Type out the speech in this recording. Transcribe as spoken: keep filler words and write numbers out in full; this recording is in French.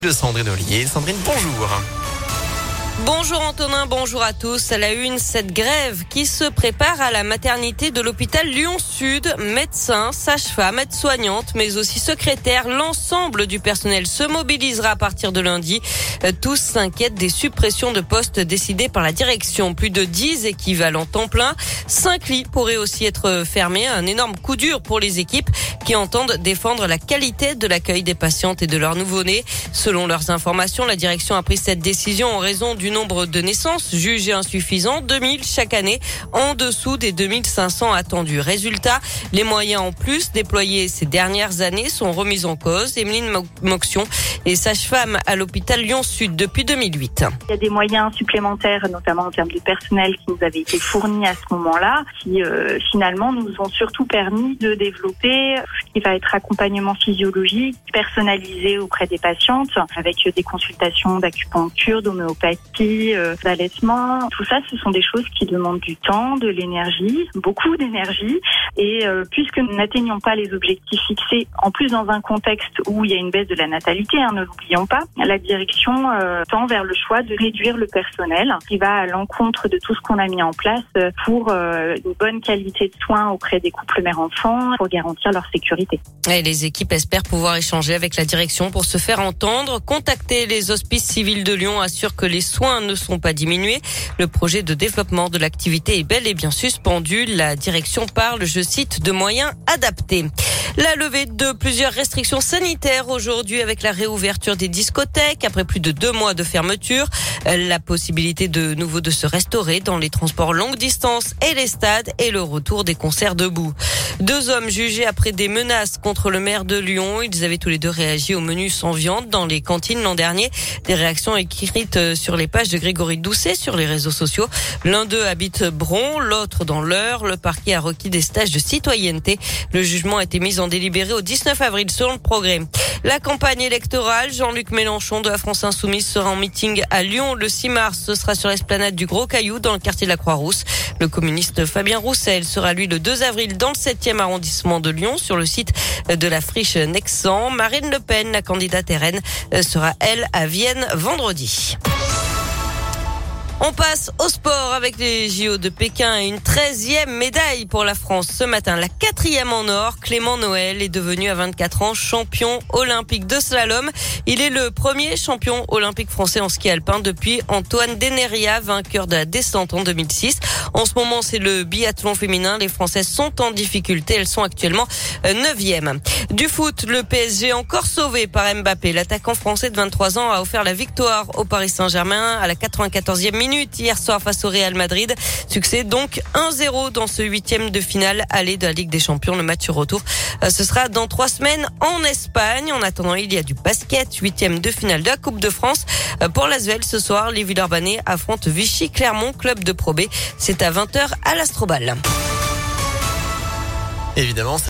De Sandrine Ollier. Sandrine, bonjour. Bonjour Antonin, bonjour à tous. À la une, cette grève qui se prépare à la maternité de l'hôpital Lyon-Sud. Médecins, sages-femmes, aides-soignantes, mais aussi secrétaires, l'ensemble du personnel se mobilisera à partir de lundi. Tous s'inquiètent des suppressions de postes décidées par la direction. Plus de dix équivalents temps plein. Cinq lits pourraient aussi être fermés. Un énorme coup dur pour les équipes qui entendent défendre la qualité de l'accueil des patientes et de leurs nouveau-nés. Selon leurs informations, la direction a pris cette décision en raison du nombre de naissances jugées insuffisant, deux mille chaque année, en dessous des deux mille cinq cents attendus. Résultat, les moyens en plus déployés ces dernières années sont remis en cause. Emeline Moxion est sage-femme à l'hôpital Lyon-Sud depuis deux mille huit. Il y a des moyens supplémentaires, notamment en termes de personnel, qui nous avaient été fournis à ce moment-là, qui euh, finalement nous ont surtout permis de développer ce qui va être accompagnement physiologique, personnalisé auprès des patientes, avec des consultations d'acupuncture, d'homéopathie, euh, d'allaitement. Tout ça, ce sont des choses qui demandent du temps, de l'énergie, beaucoup d'énergie. Et euh, puisque nous n'atteignons pas les objectifs fixés, en plus dans un contexte où il y a une baisse de la natalité, hein, ne l'oublions pas, la direction euh, tend vers le choix de réduire le personnel, qui va à l'encontre de tout ce qu'on a mis en place pour euh, une bonne qualité de soins auprès des couples mère-enfant, pour garantir leur sécurité. Et les équipes espèrent pouvoir échanger avec la direction pour se faire entendre. Contacter les hospices civils de Lyon assure que les soins ne sont pas diminués. Le projet de développement de l'activité est bel et bien suspendu. La direction parle, je cite, de moyens adaptés. La levée de plusieurs restrictions sanitaires aujourd'hui avec la réouverture des discothèques après plus de deux mois de fermeture. La possibilité de nouveau de se restaurer dans les transports longue distance et les stades et le retour des concerts debout. Deux hommes jugés après des menaces contre le maire de Lyon. Ils avaient tous les deux réagi au menu sans viande dans les cantines l'an dernier. Des réactions écrites sur les pages de Grégory Doucet sur les réseaux sociaux. L'un d'eux habite Bron, l'autre dans l'Eure. Le parquet a requis des stages de citoyenneté. Le jugement a été mis en délibéré au dix-neuf avril selon le Progrès. La campagne électorale, Jean-Luc Mélenchon de la France Insoumise sera en meeting à Lyon le six mars. Ce sera sur l'esplanade du Gros Caillou dans le quartier de la Croix-Rousse. Le communiste Fabien Roussel sera lui le deux avril dans le septième arrondissement de Lyon sur le site de la friche Nexan. Marine Le Pen, la candidate R N, sera elle à Vienne vendredi. On passe au sport avec les J O de Pékin et une treizième médaille pour la France ce matin. La quatrième en or, Clément Noël est devenu à vingt-quatre ans champion olympique de slalom. Il est le premier champion olympique français en ski alpin depuis Antoine Deneria, vainqueur de la descente en deux mille six. En ce moment, c'est le biathlon féminin. Les Françaises sont en difficulté. Elles sont actuellement neuvième. Du foot, le P S G encore sauvé par Mbappé. L'attaquant français de vingt-trois ans a offert la victoire au Paris Saint-Germain à la quatre-vingt-quatorzième minute hier soir face au Real Madrid. Succès donc un zéro dans ce huitième de finale aller de la Ligue des Champions. Le match retour, ce sera dans trois semaines en Espagne. En attendant, il y a du basket, huitième de finale de la Coupe de France. Pour l'Asvel, ce soir, les Villeurbanais affrontent Vichy Clermont, club de Pro B. C'est à vingt heures à l'Astrobal. Évidemment.